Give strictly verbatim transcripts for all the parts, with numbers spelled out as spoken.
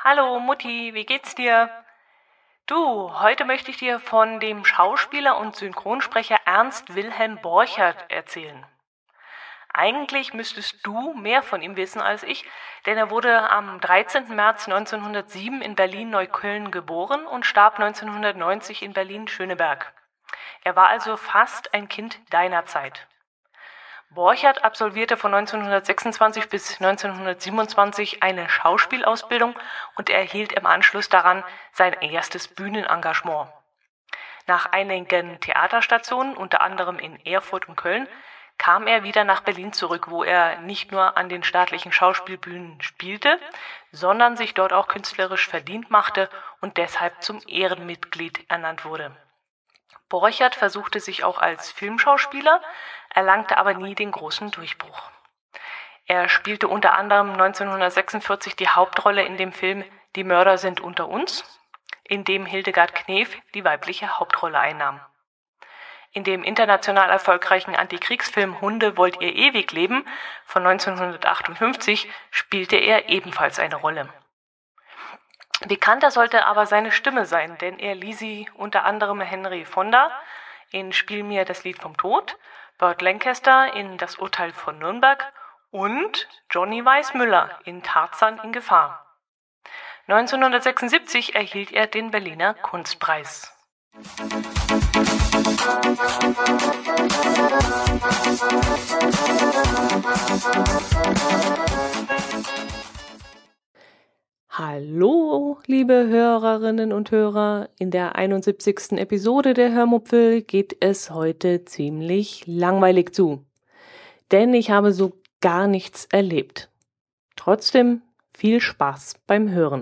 Hallo Mutti, wie geht's dir? Du, heute möchte ich dir von dem Schauspieler und Synchronsprecher Ernst Wilhelm Borchert erzählen. Eigentlich müsstest du mehr von ihm wissen als ich, denn er wurde am dreizehnten März neunzehnhundertsieben in Berlin-Neukölln geboren und starb neunzehnhundertneunzig in Berlin-Schöneberg. Er war also fast ein Kind deiner Zeit. Borchert absolvierte von neunzehnhundertsechsundzwanzig bis neunzehnhundertsiebenundzwanzig eine Schauspielausbildung und erhielt im Anschluss daran sein erstes Bühnenengagement. Nach einigen Theaterstationen, unter anderem in Erfurt und Köln, kam er wieder nach Berlin zurück, wo er nicht nur an den staatlichen Schauspielbühnen spielte, sondern sich dort auch künstlerisch verdient machte und deshalb zum Ehrenmitglied ernannt wurde. Borchert versuchte sich auch als Filmschauspieler, erlangte aber nie den großen Durchbruch. Er spielte unter anderem neunzehnhundertsechsundvierzig die Hauptrolle in dem Film Die Mörder sind unter uns, in dem Hildegard Knef die weibliche Hauptrolle einnahm. In dem international erfolgreichen Antikriegsfilm Hunde wollt ihr ewig leben von neunzehnhundertachtundfünfzig spielte er ebenfalls eine Rolle. Bekannter sollte aber seine Stimme sein, denn er lieh sie unter anderem Henry Fonda in Spiel mir das Lied vom Tod, Burt Lancaster in Das Urteil von Nürnberg und Johnny Weissmuller in Tarzan in Gefahr. neunzehnhundertsechsundsiebzig erhielt er den Berliner Kunstpreis. Hallo, liebe Hörerinnen und Hörer. In der einundsiebzigsten Episode der Hörmupfel geht es heute ziemlich langweilig zu. Denn ich habe so gar nichts erlebt. Trotzdem viel Spaß beim Hören.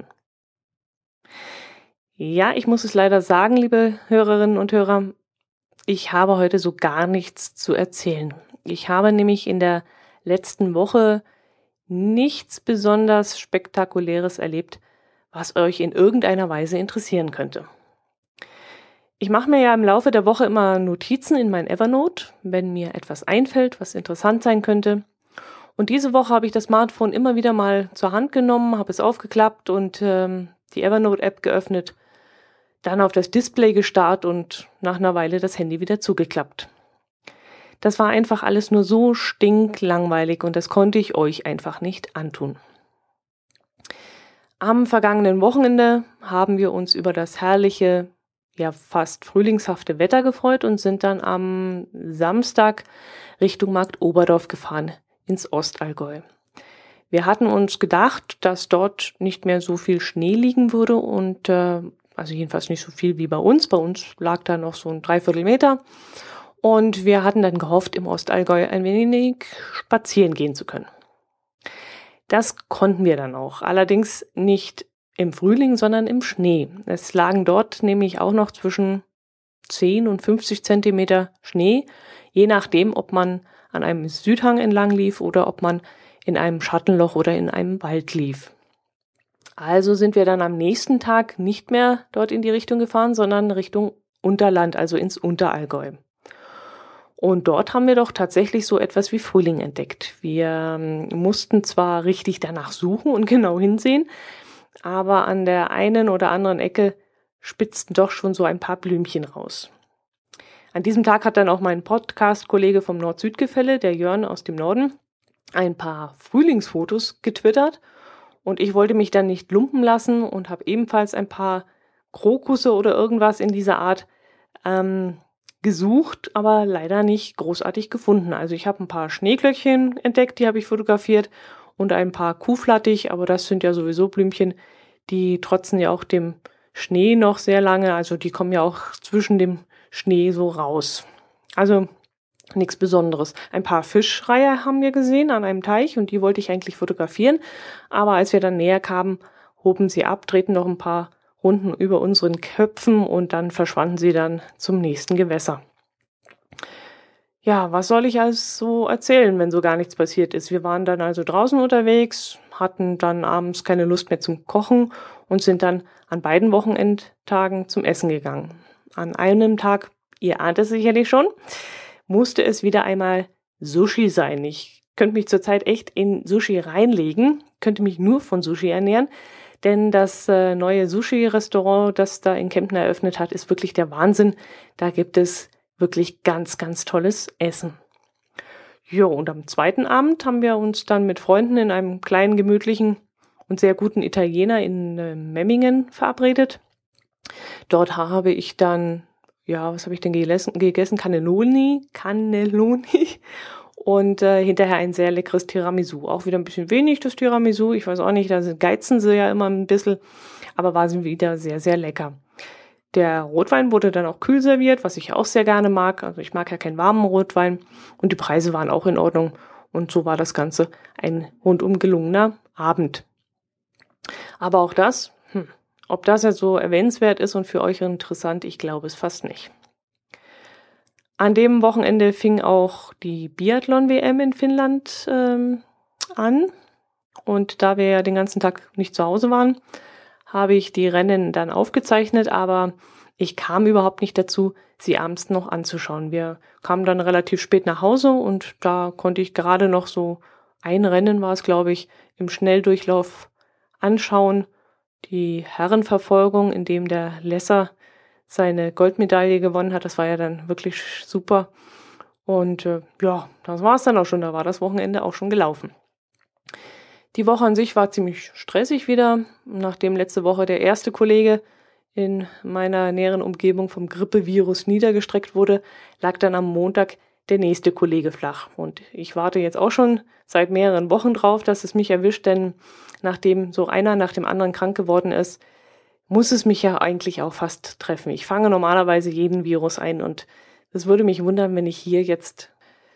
Ja, ich muss es leider sagen, liebe Hörerinnen und Hörer, ich habe heute so gar nichts zu erzählen. Ich habe nämlich in der letzten Woche nichts besonders Spektakuläres erlebt, was euch in irgendeiner Weise interessieren könnte. Ich mache mir ja im Laufe der Woche immer Notizen in mein Evernote, wenn mir etwas einfällt, was interessant sein könnte. Und diese Woche habe ich das Smartphone immer wieder mal zur Hand genommen, habe es aufgeklappt und ähm, die Evernote-App geöffnet, dann auf das Display gestarrt und nach einer Weile das Handy wieder zugeklappt. Das war einfach alles nur so stinklangweilig und das konnte ich euch einfach nicht antun. Am vergangenen Wochenende haben wir uns über das herrliche, ja fast frühlingshafte Wetter gefreut und sind dann am Samstag Richtung Markt Oberdorf gefahren, ins Ostallgäu. Wir hatten uns gedacht, dass dort nicht mehr so viel Schnee liegen würde und äh, also jedenfalls nicht so viel wie bei uns. Bei uns lag da noch so ein Dreiviertel Meter. Und wir hatten dann gehofft, im Ostallgäu ein wenig spazieren gehen zu können. Das konnten wir dann auch. Allerdings nicht im Frühling, sondern im Schnee. Es lagen dort nämlich auch noch zwischen zehn und fünfzig Zentimeter Schnee, je nachdem, ob man an einem Südhang entlang lief oder ob man in einem Schattenloch oder in einem Wald lief. Also sind wir dann am nächsten Tag nicht mehr dort in die Richtung gefahren, sondern Richtung Unterland, also ins Unterallgäu. Und dort haben wir doch tatsächlich so etwas wie Frühling entdeckt. Wir ähm, mussten zwar richtig danach suchen und genau hinsehen, aber an der einen oder anderen Ecke spitzten doch schon so ein paar Blümchen raus. An diesem Tag hat dann auch mein Podcast-Kollege vom Nord-Süd-Gefälle, der Jörn aus dem Norden, ein paar Frühlingsfotos getwittert und ich wollte mich dann nicht lumpen lassen und habe ebenfalls ein paar Krokusse oder irgendwas in dieser Art ähm, gesucht, aber leider nicht großartig gefunden. Also ich habe ein paar Schneeglöckchen entdeckt, die habe ich fotografiert und ein paar Kuhflattich, aber das sind ja sowieso Blümchen, die trotzen ja auch dem Schnee noch sehr lange, also die kommen ja auch zwischen dem Schnee so raus. Also nichts Besonderes. Ein paar Fischreiher haben wir gesehen an einem Teich und die wollte ich eigentlich fotografieren, aber als wir dann näher kamen, hoben sie ab, drehten noch ein paar Runden über unseren Köpfen und dann verschwanden sie dann zum nächsten Gewässer. Ja, was soll ich also erzählen, wenn so gar nichts passiert ist? Wir waren dann also draußen unterwegs, hatten dann abends keine Lust mehr zum Kochen und sind dann an beiden Wochenendtagen zum Essen gegangen. An einem Tag, ihr ahnt es sicherlich schon, musste es wieder einmal Sushi sein. Ich könnte mich zurzeit echt in Sushi reinlegen, könnte mich nur von Sushi ernähren, denn das äh, neue Sushi-Restaurant, das da in Kempten eröffnet hat, ist wirklich der Wahnsinn. Da gibt es wirklich ganz, ganz tolles Essen. Jo, und am zweiten Abend haben wir uns dann mit Freunden in einem kleinen, gemütlichen und sehr guten Italiener in äh, Memmingen verabredet. Dort habe ich dann, ja, was habe ich denn gegessen? gegessen? Cannelloni, Cannelloni und äh, hinterher ein sehr leckeres Tiramisu. Auch wieder ein bisschen wenig, das Tiramisu. Ich weiß auch nicht, da geizen sie ja immer ein bisschen, aber war sie wieder sehr, sehr lecker. Der Rotwein wurde dann auch kühl serviert, was ich auch sehr gerne mag. Also ich mag ja keinen warmen Rotwein. Und die Preise waren auch in Ordnung. Und so war das Ganze ein rundum gelungener Abend. Aber auch das, hm, ob das jetzt so erwähnenswert ist und für euch interessant, ich glaube es fast nicht. An dem Wochenende fing auch die Biathlon-W M in Finnland ähm, an. Und da wir ja den ganzen Tag nicht zu Hause waren, habe ich die Rennen dann aufgezeichnet, aber ich kam überhaupt nicht dazu, sie abends noch anzuschauen. Wir kamen dann relativ spät nach Hause und da konnte ich gerade noch so ein Rennen war es, glaube ich, im Schnelldurchlauf anschauen. Die Herrenverfolgung, in dem der Lesser seine Goldmedaille gewonnen hat, das war ja dann wirklich super. Und äh, ja, das war es dann auch schon, da war das Wochenende auch schon gelaufen. Die Woche an sich war ziemlich stressig wieder, nachdem letzte Woche der erste Kollege in meiner näheren Umgebung vom Grippevirus niedergestreckt wurde, lag dann am Montag der nächste Kollege flach. Und ich warte jetzt auch schon seit mehreren Wochen drauf, dass es mich erwischt, denn nachdem so einer nach dem anderen krank geworden ist, muss es mich ja eigentlich auch fast treffen. Ich fange normalerweise jeden Virus ein und es würde mich wundern, wenn ich hier jetzt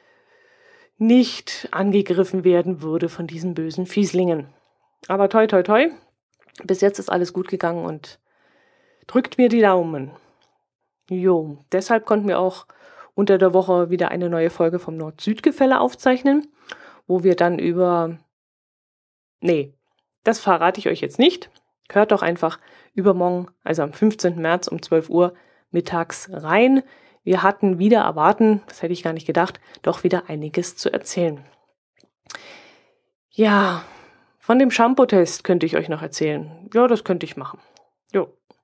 nicht angegriffen werden würde von diesen bösen Fieslingen. Aber toi, toi, toi, bis jetzt ist alles gut gegangen und drückt mir die Daumen. Jo, deshalb konnten wir auch unter der Woche wieder eine neue Folge vom Nord-Süd-Gefälle aufzeichnen, wo wir dann über... Nee, das verrate ich euch jetzt nicht. Hört doch einfach übermorgen, also am fünfzehnten März um zwölf Uhr mittags rein. Wir hatten wieder erwarten, das hätte ich gar nicht gedacht, doch wieder einiges zu erzählen. Ja, von dem Shampoo-Test könnte ich euch noch erzählen. Ja, das könnte ich machen. Jo.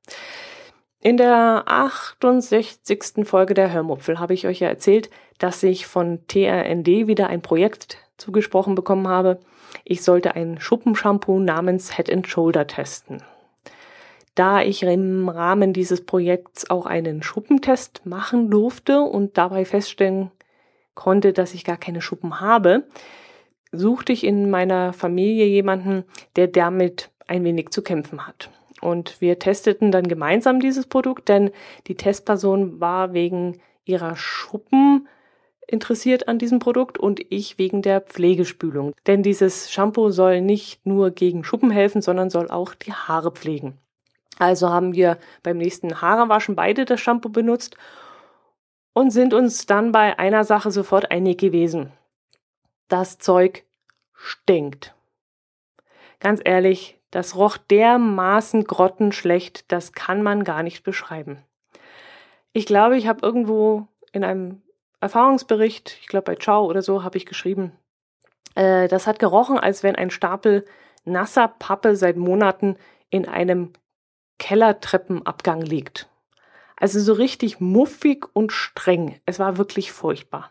In der achtundsechzigsten Folge der Hörmupfel habe ich euch ja erzählt, dass ich von T R N D wieder ein Projekt zugesprochen bekommen habe. Ich sollte ein Schuppenshampoo namens Head and Shoulder testen. Da ich im Rahmen dieses Projekts auch einen Schuppentest machen durfte und dabei feststellen konnte, dass ich gar keine Schuppen habe, suchte ich in meiner Familie jemanden, der damit ein wenig zu kämpfen hat. Und wir testeten dann gemeinsam dieses Produkt, denn die Testperson war wegen ihrer Schuppen interessiert an diesem Produkt und ich wegen der Pflegespülung. Denn dieses Shampoo soll nicht nur gegen Schuppen helfen, sondern soll auch die Haare pflegen. Also haben wir beim nächsten Haarewaschen beide das Shampoo benutzt und sind uns dann bei einer Sache sofort einig gewesen. Das Zeug stinkt. Ganz ehrlich, das roch dermaßen grottenschlecht, das kann man gar nicht beschreiben. Ich glaube, ich habe irgendwo in einem Erfahrungsbericht, ich glaube bei Ciao oder so, habe ich geschrieben, äh, das hat gerochen, als wenn ein Stapel nasser Pappe seit Monaten in einem Kellertreppenabgang liegt. Also so richtig muffig und streng. Es war wirklich furchtbar.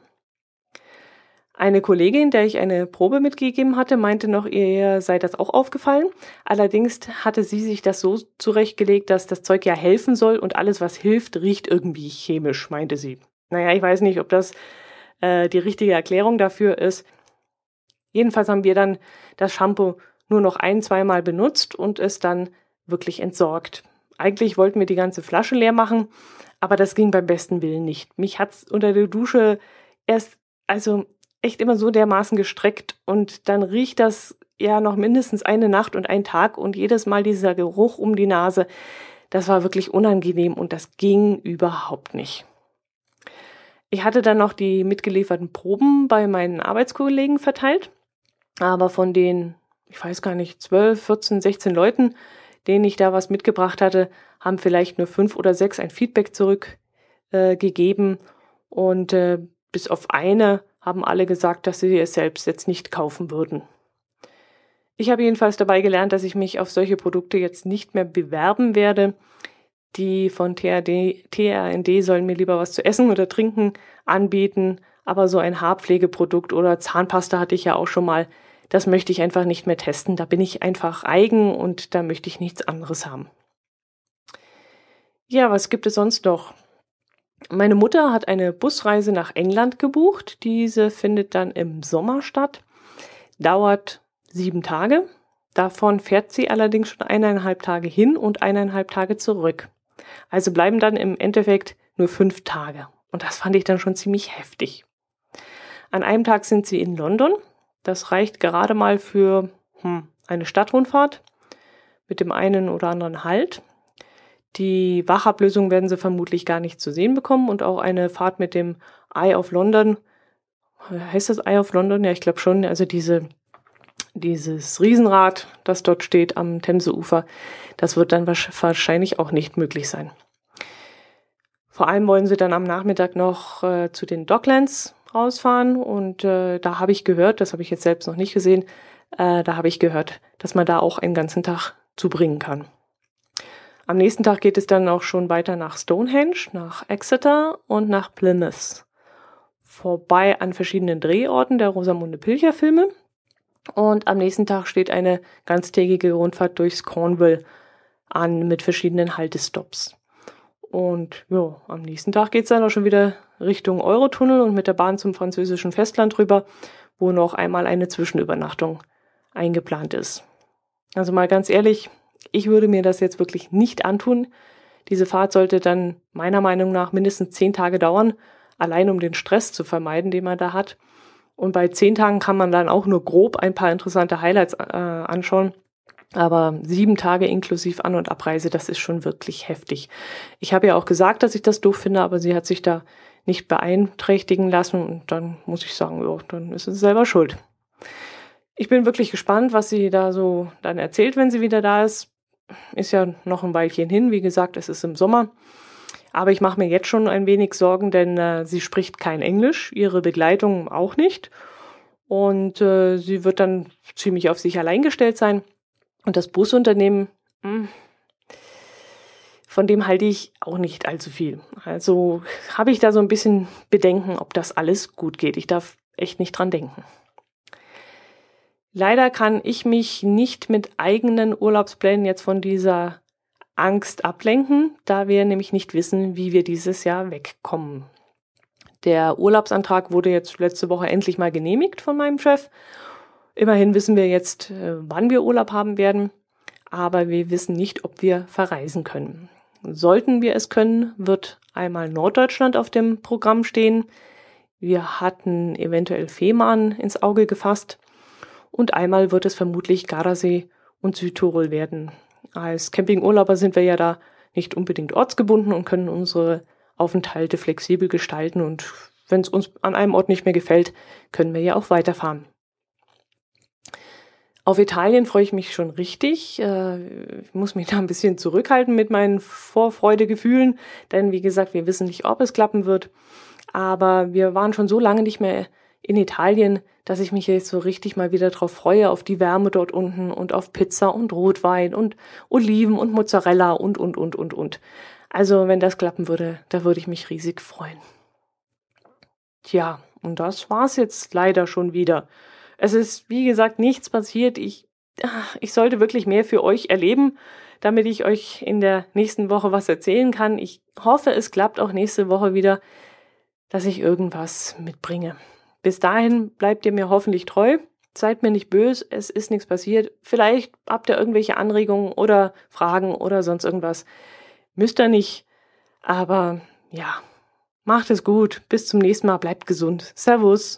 Eine Kollegin, der ich eine Probe mitgegeben hatte, meinte noch, ihr sei das auch aufgefallen. Allerdings hatte sie sich das so zurechtgelegt, dass das Zeug ja helfen soll und alles, was hilft, riecht irgendwie chemisch, meinte sie. Naja, ich weiß nicht, ob das äh, die richtige Erklärung dafür ist. Jedenfalls haben wir dann das Shampoo nur noch ein-, zweimal benutzt und es dann wirklich entsorgt. Eigentlich wollten wir die ganze Flasche leer machen, aber das ging beim besten Willen nicht. Mich hat's unter der Dusche erst, also echt immer so dermaßen gestreckt und dann riecht das ja noch mindestens eine Nacht und einen Tag und jedes Mal dieser Geruch um die Nase, das war wirklich unangenehm und das ging überhaupt nicht. Ich hatte dann noch die mitgelieferten Proben bei meinen Arbeitskollegen verteilt, aber von den, ich weiß gar nicht, zwölf, vierzehn, sechzehn Leuten, denen ich da was mitgebracht hatte, haben vielleicht nur fünf oder sechs ein Feedback zurückgegeben äh, und äh, bis auf eine haben alle gesagt, dass sie es selbst jetzt nicht kaufen würden. Ich habe jedenfalls dabei gelernt, dass ich mich auf solche Produkte jetzt nicht mehr bewerben werde. Die von T R D, T R N D sollen mir lieber was zu essen oder trinken anbieten, aber so ein Haarpflegeprodukt oder Zahnpasta hatte ich ja auch schon mal. Das möchte ich einfach nicht mehr testen. Da bin ich einfach eigen und da möchte ich nichts anderes haben. Ja, was gibt es sonst noch? Meine Mutter hat eine Busreise nach England gebucht. Diese findet dann im Sommer statt. Dauert sieben Tage. Davon fährt sie allerdings schon eineinhalb Tage hin und eineinhalb Tage zurück. Also bleiben dann im Endeffekt nur fünf Tage. Und das fand ich dann schon ziemlich heftig. An einem Tag sind sie in London. Das reicht gerade mal für hm, eine Stadtrundfahrt mit dem einen oder anderen Halt. Die Wachablösung werden sie vermutlich gar nicht zu sehen bekommen und auch eine Fahrt mit dem Eye of London. Heißt das Eye of London? Ja, ich glaube schon. Also diese Dieses Riesenrad, das dort steht am Themseufer, das wird dann wahrscheinlich auch nicht möglich sein. Vor allem wollen sie dann am Nachmittag noch äh, zu den Docklands rausfahren und äh, da habe ich gehört, das habe ich jetzt selbst noch nicht gesehen, äh, da habe ich gehört, dass man da auch einen ganzen Tag zubringen kann. Am nächsten Tag geht es dann auch schon weiter nach Stonehenge, nach Exeter und nach Plymouth. Vorbei an verschiedenen Drehorten der Rosamunde Pilcher Filme. Und am nächsten Tag steht eine ganztägige Rundfahrt durchs Cornwall an mit verschiedenen Haltestops. Und ja, am nächsten Tag geht's dann auch schon wieder Richtung Eurotunnel und mit der Bahn zum französischen Festland rüber, wo noch einmal eine Zwischenübernachtung eingeplant ist. Also mal ganz ehrlich, ich würde mir das jetzt wirklich nicht antun. Diese Fahrt sollte dann meiner Meinung nach mindestens zehn Tage dauern, allein um den Stress zu vermeiden, den man da hat. Und bei zehn Tagen kann man dann auch nur grob ein paar interessante Highlights äh, anschauen. Aber sieben Tage inklusive An- und Abreise, das ist schon wirklich heftig. Ich habe ja auch gesagt, dass ich das doof finde, aber sie hat sich da nicht beeinträchtigen lassen. Und dann muss ich sagen, ja, dann ist sie selber schuld. Ich bin wirklich gespannt, was sie da so dann erzählt, wenn sie wieder da ist. Ist ja noch ein Weilchen hin. Wie gesagt, es ist im Sommer. Aber ich mache mir jetzt schon ein wenig Sorgen, denn äh, sie spricht kein Englisch, ihre Begleitung auch nicht. Und äh, sie wird dann ziemlich auf sich allein gestellt sein. Und das Busunternehmen, mh, von dem halte ich auch nicht allzu viel. Also habe ich da so ein bisschen Bedenken, ob das alles gut geht. Ich darf echt nicht dran denken. Leider kann ich mich nicht mit eigenen Urlaubsplänen jetzt von dieser Angst ablenken, da wir nämlich nicht wissen, wie wir dieses Jahr wegkommen. Der Urlaubsantrag wurde jetzt letzte Woche endlich mal genehmigt von meinem Chef. Immerhin wissen wir jetzt, wann wir Urlaub haben werden, aber wir wissen nicht, ob wir verreisen können. Sollten wir es können, wird einmal Norddeutschland auf dem Programm stehen. Wir hatten eventuell Fehmarn ins Auge gefasst und einmal wird es vermutlich Gardasee und Südtirol werden. Als Campingurlauber sind wir ja da nicht unbedingt ortsgebunden und können unsere Aufenthalte flexibel gestalten. Und wenn es uns an einem Ort nicht mehr gefällt, können wir ja auch weiterfahren. Auf Italien freue ich mich schon richtig. Ich muss mich da ein bisschen zurückhalten mit meinen Vorfreudegefühlen, denn wie gesagt, wir wissen nicht, ob es klappen wird. Aber wir waren schon so lange nicht mehr in Italien, dass ich mich jetzt so richtig mal wieder drauf freue, auf die Wärme dort unten und auf Pizza und Rotwein und Oliven und Mozzarella und, und, und, und, und. Also wenn das klappen würde, da würde ich mich riesig freuen. Tja, und das war's jetzt leider schon wieder. Es ist, wie gesagt, nichts passiert. Ich, ich sollte wirklich mehr für euch erleben, damit ich euch in der nächsten Woche was erzählen kann. Ich hoffe, es klappt auch nächste Woche wieder, dass ich irgendwas mitbringe. Bis dahin bleibt ihr mir hoffentlich treu. Seid mir nicht böse, es ist nichts passiert. Vielleicht habt ihr irgendwelche Anregungen oder Fragen oder sonst irgendwas. Müsst ihr nicht. Aber ja, macht es gut. Bis zum nächsten Mal. Bleibt gesund. Servus.